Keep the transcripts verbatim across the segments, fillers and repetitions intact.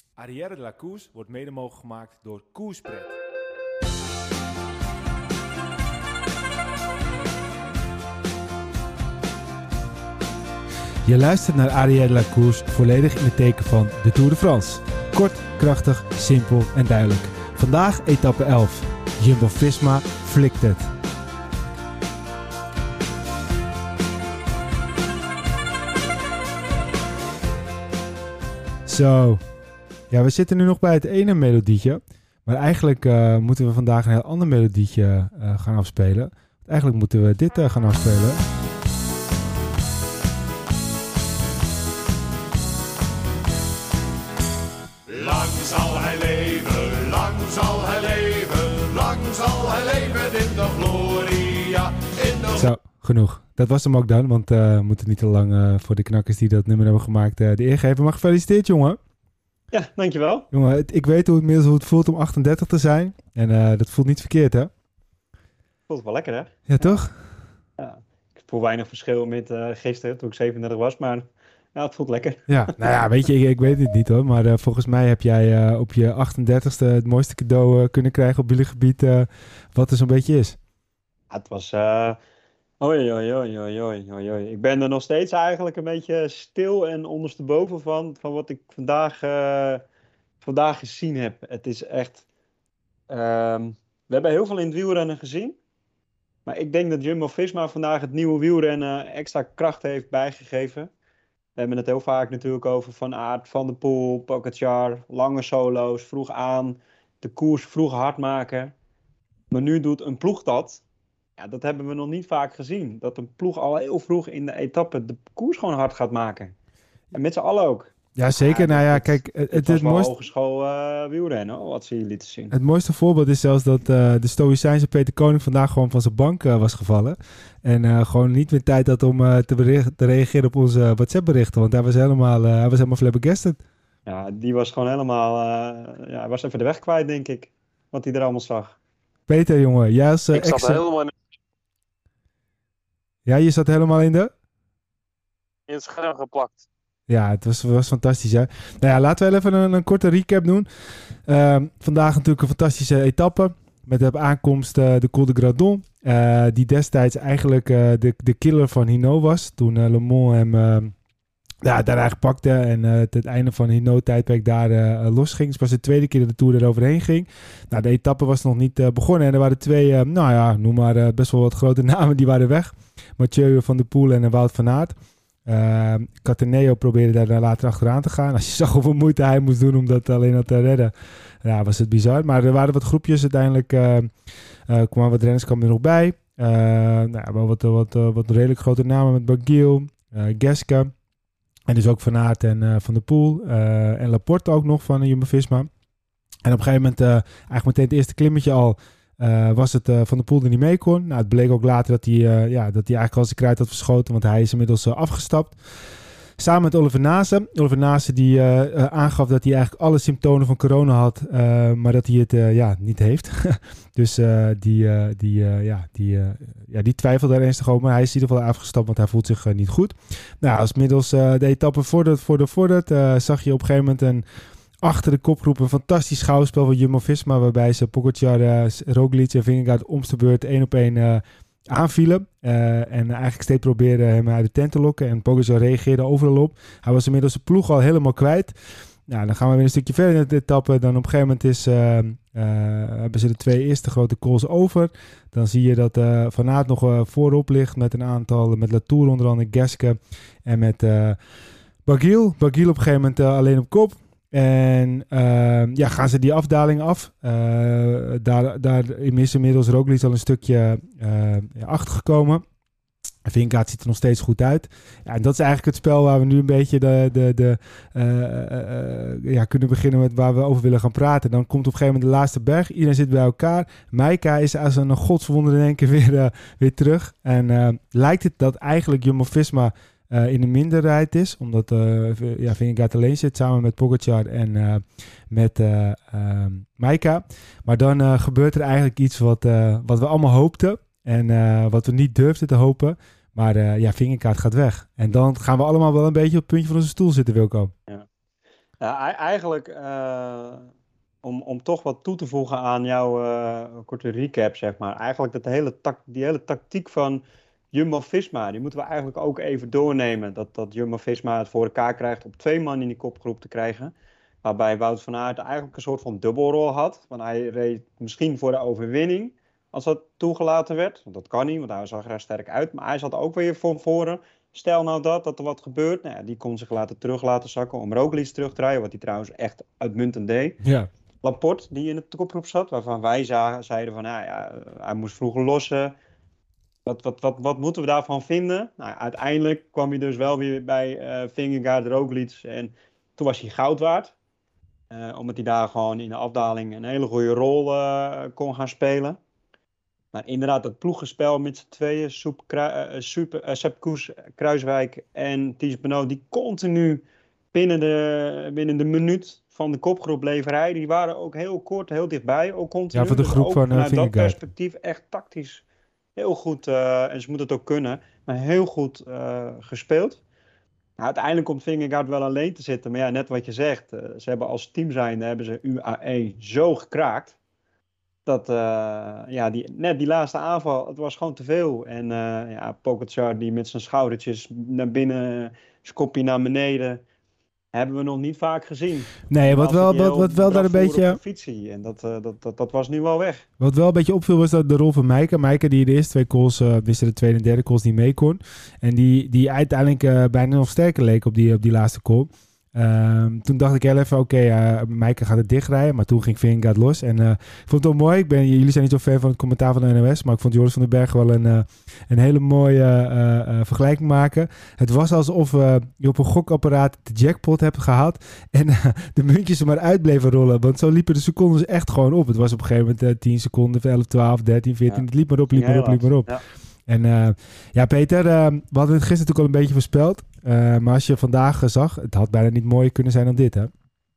Arrière de la Course wordt mede mogelijk gemaakt door Koerspret. Je luistert naar Arrière de la Course volledig in het teken van de Tour de France. Kort, krachtig, simpel en duidelijk. Vandaag etappe elf. Jumbo-Visma flikt het. Zo. Ja, we zitten nu nog bij het ene melodietje. Maar eigenlijk uh, moeten we vandaag een heel ander melodietje uh, gaan afspelen. Eigenlijk moeten we dit uh, gaan afspelen. Lang zal hij leven, lang zal hij leven, lang zal hij leven in de gloria. In de... Zo, genoeg. Dat was hem ook dan, want uh, we moeten niet te lang uh, voor de knakkers die dat nummer hebben gemaakt uh, de eer geven. Maar gefeliciteerd, jongen. Ja, dankjewel. Jongen, het, ik weet hoe het, inmiddels hoe het voelt om achtendertig te zijn. En uh, dat voelt niet verkeerd, hè? Voelt wel lekker, hè? Ja, toch? Ja, ik voel weinig verschil met uh, gisteren, toen ik zevenendertig was, maar ja, het voelt lekker. Ja, nou ja, weet je, ik, ik weet het niet hoor. Maar uh, volgens mij heb jij uh, op je achtendertigste het mooiste cadeau uh, kunnen krijgen op wielergebied uh, wat er zo'n beetje is. Ja, het was... Uh... Oei, oei, oei, oei, oei, oei, oei. Ik ben er nog steeds eigenlijk een beetje stil en ondersteboven van, van wat ik vandaag, uh, vandaag gezien heb. Het is echt... Um, we hebben heel veel in het wielrennen gezien. Maar ik denk dat Jumbo-Visma vandaag het nieuwe wielrennen extra kracht heeft bijgegeven. We hebben het heel vaak natuurlijk over Van Aert, Van der Poel, Pogačar, lange solo's, vroeg aan, de koers vroeg hard maken. Maar nu doet een ploeg dat. Ja, dat hebben we nog niet vaak gezien. Dat een ploeg al heel vroeg in de etappe de koers gewoon hard gaat maken. En met z'n allen ook. Ja, zeker. Ja, nou ja, kijk, het, het, het was het wel mooiste... hogeschool uh, wielrennen, hoor, wat ze hier lieten zien. Het mooiste voorbeeld is zelfs dat uh, de Stoïcijnse Peter Koning vandaag gewoon van zijn bank uh, was gevallen. En uh, gewoon niet meer tijd had om uh, te, bericht, te reageren op onze uh, WhatsApp-berichten. Want hij was helemaal, uh, hij was helemaal flabbergasted. Ja, die was gewoon helemaal... Uh, ja, hij was even de weg kwijt, denk ik. Wat hij er allemaal zag. Peter, jongen, jij als... Uh, ik zat ex- helemaal in, Ja, je zat helemaal in de... in het scherm geplakt. Ja, het was, was fantastisch, hè. Nou ja, laten we even een, een korte recap doen. Uh, vandaag natuurlijk een fantastische etappe. Met op aankomst uh, de Col de Gradon. Uh, die destijds eigenlijk uh, de, de killer van Hinault was. Toen uh, Le Mans hem uh, ja, daar eigenlijk pakte. En uh, het einde van Hinault-tijdperk daar uh, losging. Dus het was de tweede keer dat de Tour eroverheen ging. Nou, de etappe was nog niet uh, begonnen. En er waren twee, uh, nou ja, noem maar uh, best wel wat grote namen. Die waren weg. Mathieu van der Poel en uh, Wout van Aert. Uh, Cataneo probeerde daar later achteraan te gaan. Als je zag hoeveel moeite hij moest doen om dat alleen al te redden, ja, was het bizar. Maar er waren wat groepjes uiteindelijk. Uh, uh, kwamen wat renners kwamen er nog bij. Uh, nou ja, wel wat, wat, wat, wat redelijk grote namen met Barguil, uh, Geske. En dus ook Van Aert en uh, Van der Poel. Uh, en Laporte ook nog van uh, Jumbo-Visma. En op een gegeven moment, uh, eigenlijk meteen het eerste klimmetje al, Uh, was het uh, Van der Poel er niet mee kon. Nou, het bleek ook later dat hij, uh, ja, dat hij eigenlijk al zijn kruid had verschoten, want hij is inmiddels uh, afgestapt. Samen met Oliver Nase. Oliver Nase die uh, uh, aangaf dat hij eigenlijk alle symptomen van corona had, uh, maar dat hij het uh, ja, niet heeft. dus uh, die, uh, die, uh, ja, die, uh, ja, die twijfelde er ernstig over, maar hij is in ieder geval afgestapt, want hij voelt zich uh, niet goed. Nou, als middels uh, de etappe vordert, vordert, vordert, uh, zag je op een gegeven moment een achter de kopgroep een fantastisch schouwspel van Jumbo-Visma, waarbij ze Pogačar, uh, Roglic en Vingegaard om de beurt één op één uh, aanvielen. Uh, en eigenlijk steeds probeerden hem uit de tent te lokken. En Pogačar reageerde overal op. Hij was inmiddels de ploeg al helemaal kwijt. Nou, dan gaan we weer een stukje verder in de etappe. Dan op een gegeven moment is, uh, uh, hebben ze de twee eerste grote calls over. Dan zie je dat uh, Van Aert nog uh, voorop ligt met een aantal, met Latour onder andere, Geske en met uh, Barguil. Barguil op een gegeven moment uh, alleen op kop. En uh, ja, gaan ze die afdaling af. Uh, daar, daar is inmiddels Roglic al een stukje uh, ja, achtergekomen. Vingegaard ziet er nog steeds goed uit. Ja, en dat is eigenlijk het spel waar we nu een beetje de, de, de, uh, uh, ja, kunnen beginnen met waar we over willen gaan praten. Dan komt op een gegeven moment de laatste berg. Iedereen zit bij elkaar. Maika is als een godsverwonder in één keer weer, uh, weer terug. En uh, lijkt het dat eigenlijk Jumbo-Visma Uh, in de minderheid is, omdat uh, ja, Vingegaard alleen zit samen met Pogačar en uh, met uh, uh, Maika. Maar dan uh, gebeurt er eigenlijk iets wat, uh, wat we allemaal hoopten en uh, wat we niet durfden te hopen. Maar uh, ja, Vingegaard gaat weg. En dan gaan we allemaal wel een beetje op het puntje van onze stoel zitten, Wilco. Ja. Ja, e- eigenlijk uh, om, om toch wat toe te voegen aan jouw uh, korte recap, zeg maar. Eigenlijk dat hele tak, die hele tactiek van Jumbo-Visma, die moeten we eigenlijk ook even doornemen. Dat, dat Jumbo-Visma het voor elkaar krijgt om twee man in die kopgroep te krijgen. Waarbij Wout van Aert eigenlijk een soort van dubbelrol had. Want hij reed misschien voor de overwinning als dat toegelaten werd. Want dat kan niet, want hij zag er sterk uit. Maar hij zat ook weer voor voren. Stel nou dat, dat er wat gebeurt. Nou ja, die kon zich laten terug laten zakken om Roglic terug te rijden. Wat hij trouwens echt uitmuntend deed. Ja. Laporte, die in de kopgroep zat. Waarvan wij zagen, zeiden van, nou ja, hij moest vroeger lossen. Wat, wat, wat, wat moeten we daarvan vinden? Nou, uiteindelijk kwam hij dus wel weer bij uh, Vingegaard, Roglic. En toen was hij goud waard. Uh, omdat hij daar gewoon in de afdaling een hele goede rol uh, kon gaan spelen. Maar inderdaad, dat ploegenspel met z'n tweeën, Soep, Kru- uh, Super, uh, Sepp Koes, Kruiswijk en Thies Benoot, die continu binnen de, binnen de minuut van de kopgroep bleven rijden. Die waren ook heel kort, heel dichtbij, ook continu. Ja, voor de groep dus van uh, vanuit Vingegaard. dat perspectief echt tactisch heel goed, uh, en ze moeten het ook kunnen, maar heel goed uh, gespeeld. Nou, uiteindelijk komt Vingegaard wel alleen te zitten. Maar ja, net wat je zegt. Uh, ze hebben als team zijnde hebben ze U A E zo gekraakt. Dat uh, ja, die, net die laatste aanval, het was gewoon te veel. En uh, ja, Pogačar die met zijn schoudertjes naar binnen, zijn kopje naar beneden. Hebben we nog niet vaak gezien. Nee, wat wel, wat, wat wel daar een beetje... En dat, uh, dat, dat, dat was nu wel weg. Wat wel een beetje opviel was dat de rol van Meike. Meike die de eerste twee calls, uh, wisten de tweede en derde calls niet mee kon. En die, die uiteindelijk uh, bijna nog sterker leek op die, op die laatste call. Um, toen dacht ik heel even, oké, okay, uh, Meike gaat het dichtrijden. Maar toen ging Vingegaard los. En uh, ik vond het wel mooi. Ik ben, jullie zijn niet zo ver van het commentaar van de N O S. Maar ik vond Joris van den Berg wel een, uh, een hele mooie uh, uh, vergelijking maken. Het was alsof uh, je op een gokapparaat de jackpot hebt gehad. En uh, de muntjes er maar uit bleven rollen. Want zo liepen de secondes echt gewoon op. Het was op een gegeven moment uh, tien seconden, elf, twaalf, dertien, veertien. Ja. Het liep maar op, liep maar op, liep maar op. Ja. En uh, ja, Peter, uh, we hadden het gisteren natuurlijk al een beetje voorspeld. Uh, maar als je vandaag uh, zag, het had bijna niet mooier kunnen zijn dan dit, hè?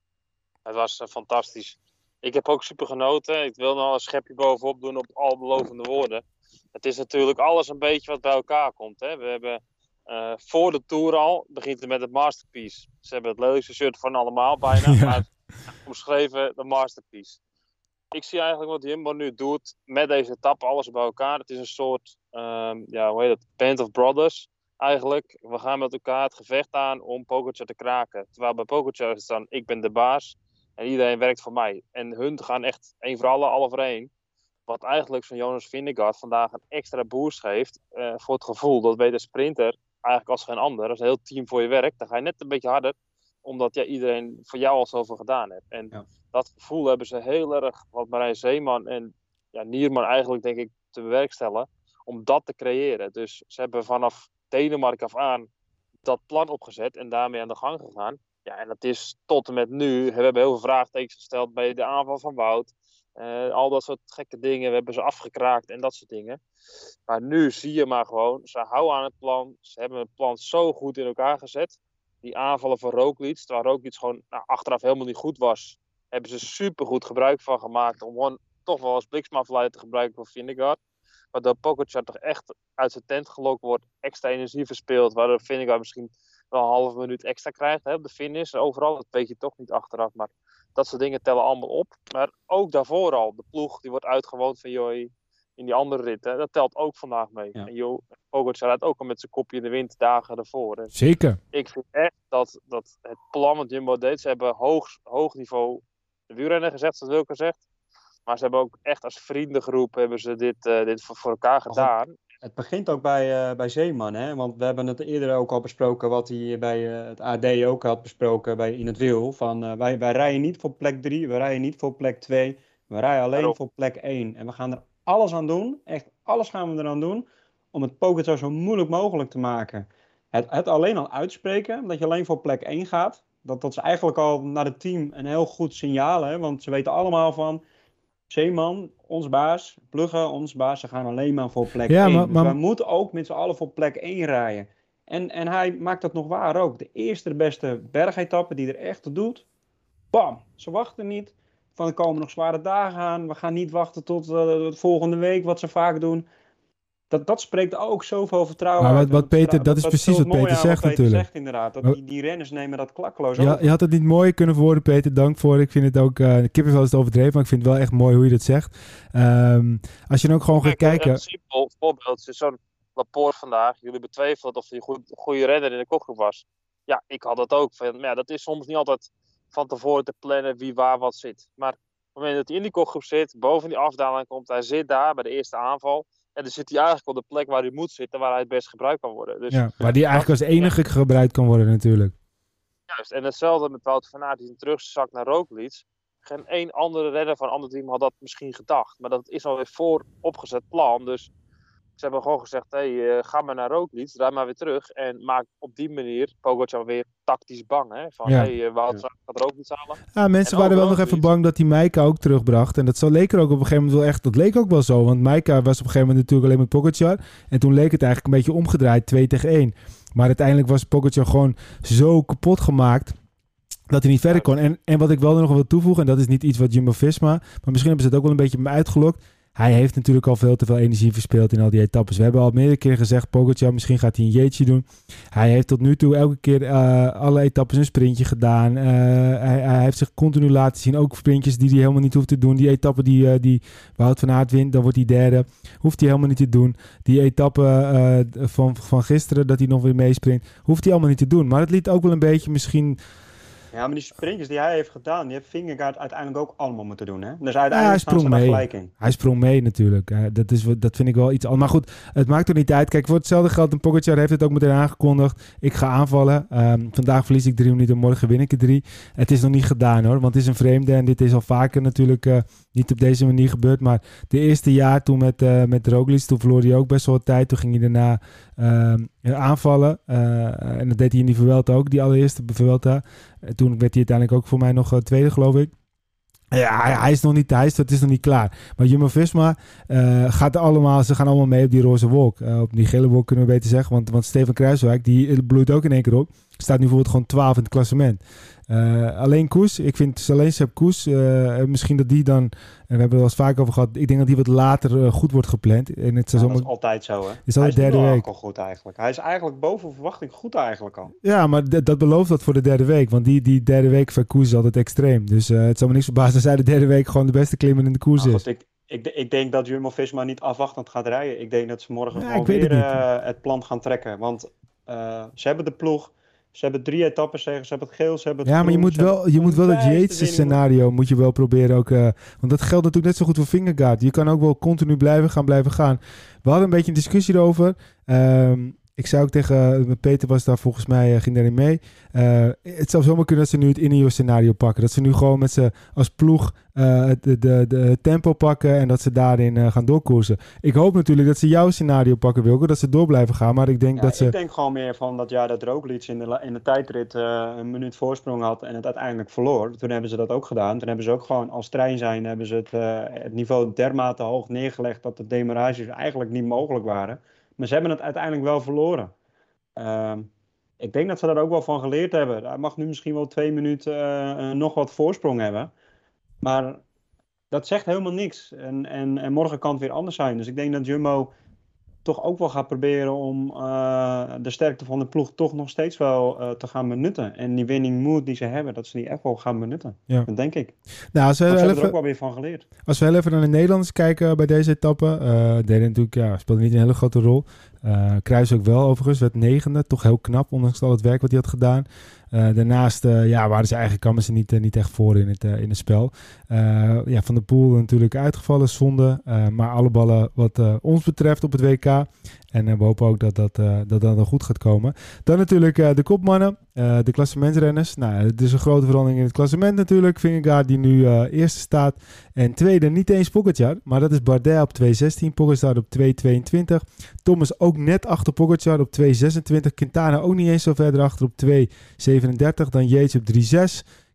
Het was uh, fantastisch. Ik heb ook super genoten. Ik wil nog een schepje bovenop doen op al belovende woorden. Het is natuurlijk alles een beetje wat bij elkaar komt, hè? We hebben uh, voor de Tour al, begint het met het Masterpiece. Ze hebben het leukste shirt van allemaal bijna, ja. Maar omschreven de Masterpiece. Ik zie eigenlijk wat Jumbo nu doet met deze etappe, alles bij elkaar. Het is een soort, um, ja, hoe heet het, Band of Brothers eigenlijk. We gaan met elkaar het gevecht aan om Pogačar te kraken. Terwijl bij Pogačar is het dan, ik ben de baas en iedereen werkt voor mij. En hun gaan echt één voor alle, alle voor één. Wat eigenlijk zo'n Jonas Vingegaard vandaag een extra boost geeft uh, voor het gevoel dat bij de sprinter, eigenlijk als geen ander, als een heel team voor je werkt, dan ga je net een beetje harder, omdat ja, iedereen voor jou al zoveel gedaan heeft. En ja. Dat gevoel hebben ze heel erg, wat Marijn Zeeman en ja, Nierman eigenlijk denk ik te bewerkstelligen, om dat te creëren. Dus ze hebben vanaf Denemarken af aan dat plan opgezet en daarmee aan de gang gegaan. Ja, en dat is tot en met nu, we hebben heel veel vraagtekens gesteld bij de aanval van Wout. Uh, al dat soort gekke dingen, we hebben ze afgekraakt en dat soort dingen. Maar nu zie je maar gewoon, ze houden aan het plan. Ze hebben het plan zo goed in elkaar gezet. Die aanvallen van Roglic, terwijl Roglic gewoon nou, achteraf helemaal niet goed was, hebben ze super goed gebruik van gemaakt om gewoon toch wel als bliksemafleider te gebruiken voor Vingegaard. Waardoor Pogačar toch echt uit zijn tent gelokt wordt, extra energie verspeelt, waardoor Vingegaard misschien wel een halve minuut extra krijgt hè, op de finish. Overal, dat weet je toch niet achteraf, maar dat soort dingen tellen allemaal op. Maar ook daarvoor al, de ploeg die wordt uitgewoond van Joey in die andere ritten, dat telt ook vandaag mee. Ja. En Jo, Pogačar had ook al met zijn kopje in de wind dagen ervoor. En zeker. Ik vind echt dat, dat het plan wat Jumbo deed, ze hebben hoog, hoog niveau de wielrenner gezegd, zoals Wilco zegt. Maar ze hebben ook echt als vriendengroep hebben ze dit, uh, dit voor, voor elkaar gedaan. Het begint ook bij, uh, bij Zeeman, hè? Want we hebben het eerder ook al besproken, wat hij bij uh, het A D ook had besproken bij In het Wiel. Van, uh, wij, wij rijden niet voor plek drie, we rijden niet voor plek twee, we rijden alleen Daarop. voor plek één. En we gaan er alles aan doen, echt alles gaan we eraan doen, om het Pogačar zo moeilijk mogelijk te maken. Het, het alleen al uitspreken, dat je alleen voor plek één gaat, dat, dat is eigenlijk al naar het team een heel goed signaal, hè? Want ze weten allemaal van, Zeeman, ons baas, Plugge, ons baas, ze gaan alleen maar voor plek ja, één. Maar, maar... Dus wij moeten ook met z'n allen voor plek één rijden. En, en hij maakt dat nog waar ook. De eerste, de beste bergetappe die er echt doet. Bam, ze wachten niet. Van er komen nog zware dagen aan. We gaan niet wachten tot uh, de volgende week, wat ze vaak doen. Dat, dat spreekt ook zoveel vertrouwen Maar wat, uit. En wat Peter, dat is is precies zo wat mooi Peter aan zegt Peter natuurlijk. zegt inderdaad. Dat Maar- die, die renners nemen dat klakkeloos Ja, over. je had het niet mooier kunnen verwoorden, Peter. Dank voor. Ik vind het ook... Uh, kippenvel is het overdreven, maar ik vind het wel echt mooi hoe je dat zegt. Um, als je dan ook gewoon gaat Kijk, kijken... Een simpel voorbeeld is zo'n Laporte vandaag. Jullie betwijfelen of hij een goed, goede renner in de kopgroep was. Ja, ik had dat ook. Van, ja, dat is soms niet altijd van tevoren te plannen wie waar wat zit. Maar op het moment dat hij in die kopgroep zit, boven die afdaling komt, hij zit daar bij de eerste aanval. En dan zit hij eigenlijk op de plek waar hij moet zitten, waar hij het best gebruikt kan worden. Dus, ja, waar die eigenlijk als enige ja. gebruikt kan worden natuurlijk. Juist, en hetzelfde met Wout van Aert die een terugzak naar Roglic. Geen één andere renner van een ander team had dat misschien gedacht. Maar dat is alweer voor opgezet plan. Dus ze hebben gewoon gezegd, hé, hey, uh, ga maar naar Roglic, draai maar weer terug. En maak op die manier Pogacar weer tactisch bang. Hè? Van, hé, ja. hey, uh, Wout ja. gaat Roglic halen. Ja, mensen en waren wel nog even bang dat hij Maika ook terugbracht. En dat zo leek er ook op een gegeven moment wel echt, dat leek ook wel zo. Want Maika was op een gegeven moment natuurlijk alleen met Pogacar. En toen leek het eigenlijk een beetje omgedraaid, twee tegen één. Maar uiteindelijk was Pogacar gewoon zo kapot gemaakt dat hij niet verder kon. En, en wat ik wel nog wil toevoegen, en dat is niet iets wat Jumbo-Visma, maar misschien hebben ze het ook wel een beetje uitgelokt. Hij heeft natuurlijk al veel te veel energie verspeeld in al die etappes. We hebben al meerdere keren gezegd, Pogacar, misschien gaat hij een jeetje doen. Hij heeft tot nu toe elke keer uh, alle etappes een sprintje gedaan. Uh, hij, hij heeft zich continu laten zien. Ook sprintjes die hij helemaal niet hoeft te doen. Die etappe die, uh, die Wout van Aert wint, dan wordt hij derde. Hoeft hij helemaal niet te doen. Die etappe uh, van, van gisteren, dat hij nog weer meespringt, hoeft hij allemaal niet te doen. Maar het liet ook wel een beetje misschien... Ja, maar die sprintjes die hij heeft gedaan, die heeft Vingegaard uiteindelijk ook allemaal moeten doen. Hè? Dus uiteindelijk ja, hij staan ze mee. gelijk in. Hij sprong mee natuurlijk. Uh, dat, is, dat vind ik wel iets anders. Maar goed, het maakt er niet uit. Kijk, voor hetzelfde geld, en Pogacar heeft het ook meteen aangekondigd. Ik ga aanvallen. Um, vandaag verlies ik drie minuten, morgen win ik er drie. Het is nog niet gedaan hoor, want het is een vreemde. En dit is al vaker natuurlijk uh, niet op deze manier gebeurd. Maar de eerste jaar toen met, uh, met Roglic, toen verloor hij ook best wel wat tijd. Toen ging hij daarna uh, aanvallen. Uh, en dat deed hij in die Vuelta ook, die allereerste Vuelta. Toen werd hij uiteindelijk ook voor mij nog uh, tweede, geloof ik. Ja, hij, hij is nog niet, hij is, het is nog niet klaar. Maar Jumbo-Visma uh, gaat allemaal, ze gaan allemaal mee op die roze wolk. Uh, op die gele wolk kunnen we beter zeggen. Want, want Steven Kruijswijk, die bloeit ook in één keer op. Staat nu bijvoorbeeld gewoon twaalf in het klassement. Uh, alleen Koes, ik vind alleen Sepp Koes, uh, misschien dat die dan, en we hebben er wel eens vaak over gehad, ik denk dat die wat later uh, goed wordt gepland. In het seizoen. Ja, dat is altijd zo, hè? Is al de derde week. Al goed eigenlijk. Hij is eigenlijk boven verwachting goed eigenlijk al. Ja, maar d- dat belooft dat voor de derde week. Want die, die derde week van Koes is altijd extreem. Dus uh, het zou me niks verbazen als hij de derde week gewoon de beste klimmer in de koers nou, is. goed, ik, ik, ik denk dat Jumbo-Visma niet afwachtend gaat rijden. Ik denk dat ze morgen ja, gewoon weer het, uh, het plan gaan trekken. Want uh, ze hebben de ploeg. Ze hebben drie etappes, ze hebben het geel, ze hebben het Ja, maar je moet wel, je moet wel het Yates scenario moet je wel proberen ook. Uh, want dat geldt natuurlijk net zo goed voor Vingegaard. Je kan ook wel continu blijven gaan, blijven gaan. We hadden een beetje een discussie erover. Um, ik zei ook tegen, uh, Peter was daar volgens mij, uh, ging daarin mee. Uh, het zou zomaar kunnen dat ze nu het Ineos scenario pakken. Dat ze nu gewoon met ze als ploeg uh, de, de, de tempo pakken en dat ze daarin uh, gaan doorkoersen. Ik hoop natuurlijk dat ze jouw scenario pakken, Wilco, dat ze door blijven gaan. Maar ik denk ja, dat ze... Ik denk gewoon meer van dat ja, dat Roglic in de, in de tijdrit uh, een minuut voorsprong had en het uiteindelijk verloor. Toen hebben ze dat ook gedaan. Toen hebben ze ook gewoon als trein zijn, hebben ze het, uh, het niveau dermate hoog neergelegd dat de demarages eigenlijk niet mogelijk waren. Maar ze hebben het uiteindelijk wel verloren. Uh, ik denk dat ze daar ook wel van geleerd hebben. Hij mag nu misschien wel twee minuten uh, uh, nog wat voorsprong hebben. Maar dat zegt helemaal niks. En, en, en morgen kan het weer anders zijn. Dus ik denk dat Jumbo toch ook wel gaat proberen om uh, de sterkte van de ploeg toch nog steeds wel uh, te gaan benutten. En die winning mood die ze hebben, dat ze die echt wel gaan benutten. Ja. Dat denk ik. Nou, als we ze even, hebben er ook wel weer van geleerd. Als we heel even naar de Nederlanders kijken bij deze etappe. Uh, deden natuurlijk, ja, speelde niet een hele grote rol. Uh, Kruijs ook wel overigens, werd negende. Toch heel knap, ondanks al het werk wat hij had gedaan. Uh, daarnaast uh, ja, waren ze eigenlijk, kwamen ze niet, uh, niet echt voor in het, uh, in het spel. Uh, ja, Van der Poel natuurlijk uitgevallen, zonde. Uh, maar alle ballen wat uh, ons betreft op het W K. En uh, we hopen ook dat dat, uh, dat dat dan goed gaat komen. Dan natuurlijk uh, de kopmannen, uh, de klassementsrenners. Nou, het is een grote verandering in het klassement natuurlijk. Vingegaard die nu uh, eerste staat. En tweede niet eens Pogacar, maar dat is Bardet op twee zestien. Pogacar op twee tweeëntwintig. Thomas ook net achter Pogacar op twee zesentwintig. Quintana ook niet eens zo verder achter op twee zevenendertig. Dan Yates op drie zes.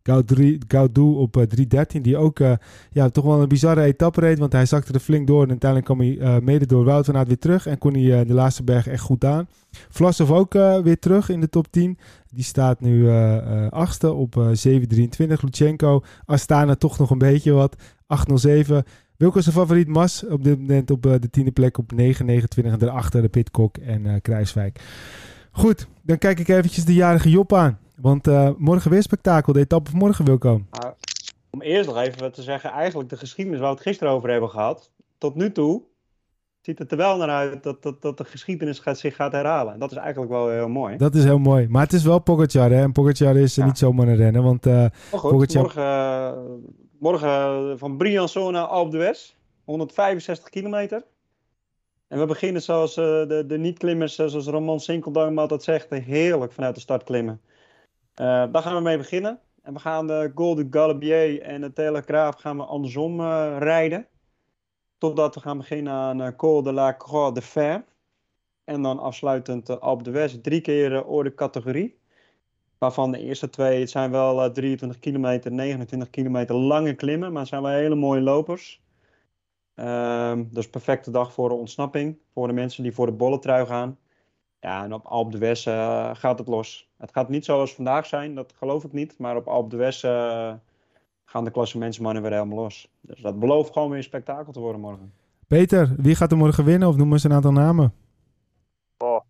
Gaudu op uh, drie dertien. Die ook uh, ja, toch wel een bizarre etappe reed. Want hij zakte er flink door. En uiteindelijk kwam hij uh, mede door Wout van Aert weer terug. En kon hij uh, de laatste berg echt goed aan. Vlasov ook uh, weer terug in de top tien. Die staat nu uh, uh, achtste op uh, zeven drieëntwintig. Lutsenko, Astana toch nog een beetje wat. acht nul zeven. Wilco zijn favoriet Mas op dit moment op uh, de tiende plek op negen negenentwintig. En daarachter de Pidcock en uh, Kruiswijk. Goed, dan kijk ik eventjes de jarige Job aan. Want uh, morgen weer spektakel. De etappe van morgen, Wilco. Nou, om eerst nog even te zeggen, eigenlijk de geschiedenis waar we het gisteren over hebben gehad. Tot nu toe ziet het er wel naar uit dat, dat, dat de geschiedenis gaat, zich gaat herhalen. En dat is eigenlijk wel heel mooi. Dat is heel mooi. Maar het is wel Pogacar, hè? En Pogacar is uh, ja. niet zomaar een rennen. Want uh, oh, goed, Pogacar... morgen, uh, morgen van Briançon naar Alpe d'Huez. honderdvijfenzestig kilometer. En we beginnen zoals uh, de, de niet-klimmers, uh, zoals Ramon Sinkeldam altijd zegt, heerlijk vanuit de start klimmen. Uh, daar gaan we mee beginnen. En we gaan de Col du Galibier en de Telegraaf gaan we andersom uh, rijden. Totdat we gaan beginnen aan uh, Col de la Croix de Fer. En dan afsluitend uh, Alpe d'Huez. Drie keer uh, orde categorie. Waarvan de eerste twee, het zijn wel uh, drieëntwintig kilometer, negenentwintig kilometer lange klimmen. Maar het zijn wel hele mooie lopers. Um, dus perfecte dag voor de ontsnapping. Voor de mensen die voor de bolletrui gaan. Ja, en op Alpe d'Huez uh, gaat het los. Het gaat niet zoals vandaag zijn, dat geloof ik niet. Maar op Alpe d'Huez uh, gaan de klassementsmannen weer helemaal los. Dus dat belooft gewoon weer een spektakel te worden morgen. Peter, wie gaat er morgen winnen? Of noem eens een aantal namen. Oh.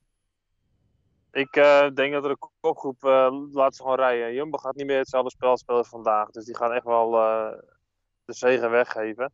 Ik uh, denk dat er een kopgroep uh, laat ze gewoon rijden. Jumbo gaat niet meer hetzelfde spel spelen vandaag. Dus die gaan echt wel uh, de zege weggeven.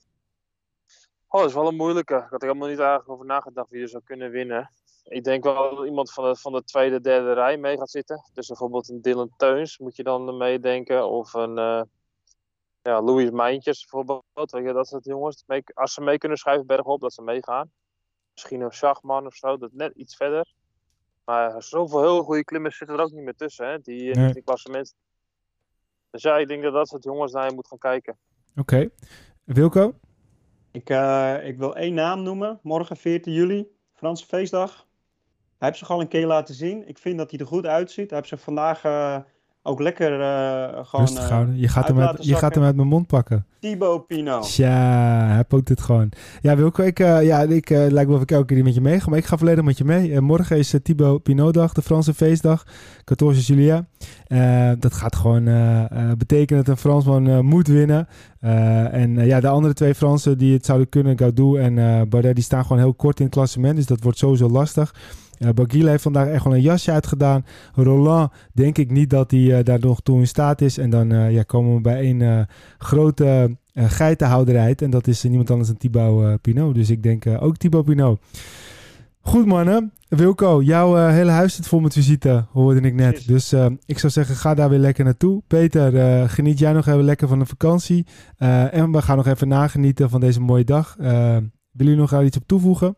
Oh, dat is wel een moeilijke. Ik had er helemaal niet eigenlijk over nagedacht wie er zou kunnen winnen. Ik denk wel dat iemand van de, van de tweede, derde rij mee gaat zitten. Dus bijvoorbeeld een Dylan Teuns moet je dan meedenken. Of een uh, ja, Louis Mijntjes bijvoorbeeld. Weet je, dat soort jongens. Mee, als ze mee kunnen schuiven bergop, dat ze meegaan. Misschien een Schachman of zo, dat net iets verder. Maar zoveel heel goede klimmers zitten er ook niet meer tussen, hè? Die, nee. die klassement. Dus ja, ik denk dat dat soort jongens naar je moet gaan kijken. Oké. Okay. Wilco? Ik, uh, ik wil één naam noemen. Morgen veertien juli, Franse feestdag. Hij heeft zich al een keer laten zien. Ik vind dat hij er goed uitziet. Hij heeft zich vandaag uh, ook lekker uh, gewoon rustig houden. Je gaat, hem uit, je gaat hem uit mijn mond pakken. Thibaut Pinot. Tja, hij pookt het gewoon. Ja, Wilco, ik, uh, ja, ik uh, lijkt wel of ik elke keer met je mee ga. Maar ik ga volledig met je mee. Uh, morgen is uh, Thibaut Pinot-dag, de Franse feestdag. veertien juillet. Uh, dat gaat gewoon uh, uh, betekenen dat een Fransman uh, moet winnen. Uh, en uh, ja, de andere twee Fransen die het zouden kunnen, Gaudu en uh, Bardet, die staan gewoon heel kort in het klassement. Dus dat wordt sowieso lastig. Uh, Barguil heeft vandaag echt wel een jasje uitgedaan. Roland denk ik niet dat hij uh, daar nog toe in staat is. En dan uh, ja, komen we bij een uh, grote uh, geitenhouderheid. En dat is uh, niemand anders dan Thibaut uh, Pinot. Dus ik denk uh, ook Thibaut Pinot. Goed mannen. Wilco, jouw uh, hele huis zit vol met visite, hoorde ik net. Yes. Dus uh, ik zou zeggen, ga daar weer lekker naartoe. Peter, uh, geniet jij nog even lekker van de vakantie. Uh, en we gaan nog even nagenieten van deze mooie dag. Uh, willen jullie nog daar iets op toevoegen?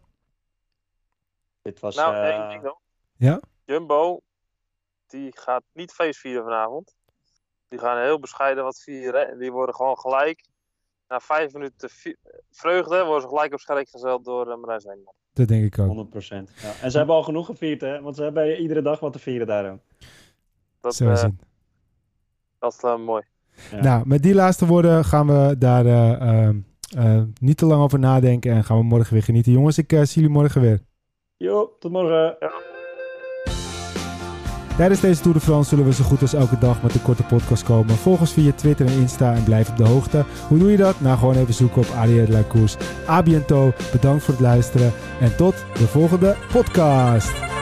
Dit was, nou, uh... één ding nog. Ja? Jumbo, die gaat niet feestvieren vanavond. Die gaan heel bescheiden wat vieren. En die worden gewoon gelijk, na vijf minuten vi- vreugde, worden ze gelijk op scherp gezet door uh, Marijn Zeeman. Dat denk ik ook. honderd procent. Ja. En ze hebben al genoeg gevierd, hè? Want ze hebben iedere dag wat te vieren daarom. Dat, Zo is uh, het. dat is uh, mooi. Ja. Nou, met die laatste woorden gaan we daar uh, uh, uh, niet te lang over nadenken. En gaan we morgen weer genieten. Jongens, ik uh, zie jullie morgen weer. Jo, tot morgen. Ja. Tijdens deze Tour de France zullen we zo goed als elke dag met een korte podcast komen. Volg ons via Twitter en Insta en blijf op de hoogte. Hoe doe je dat? Nou, gewoon even zoeken op Arrière de la Course. A bientôt, bedankt voor het luisteren en tot de volgende podcast.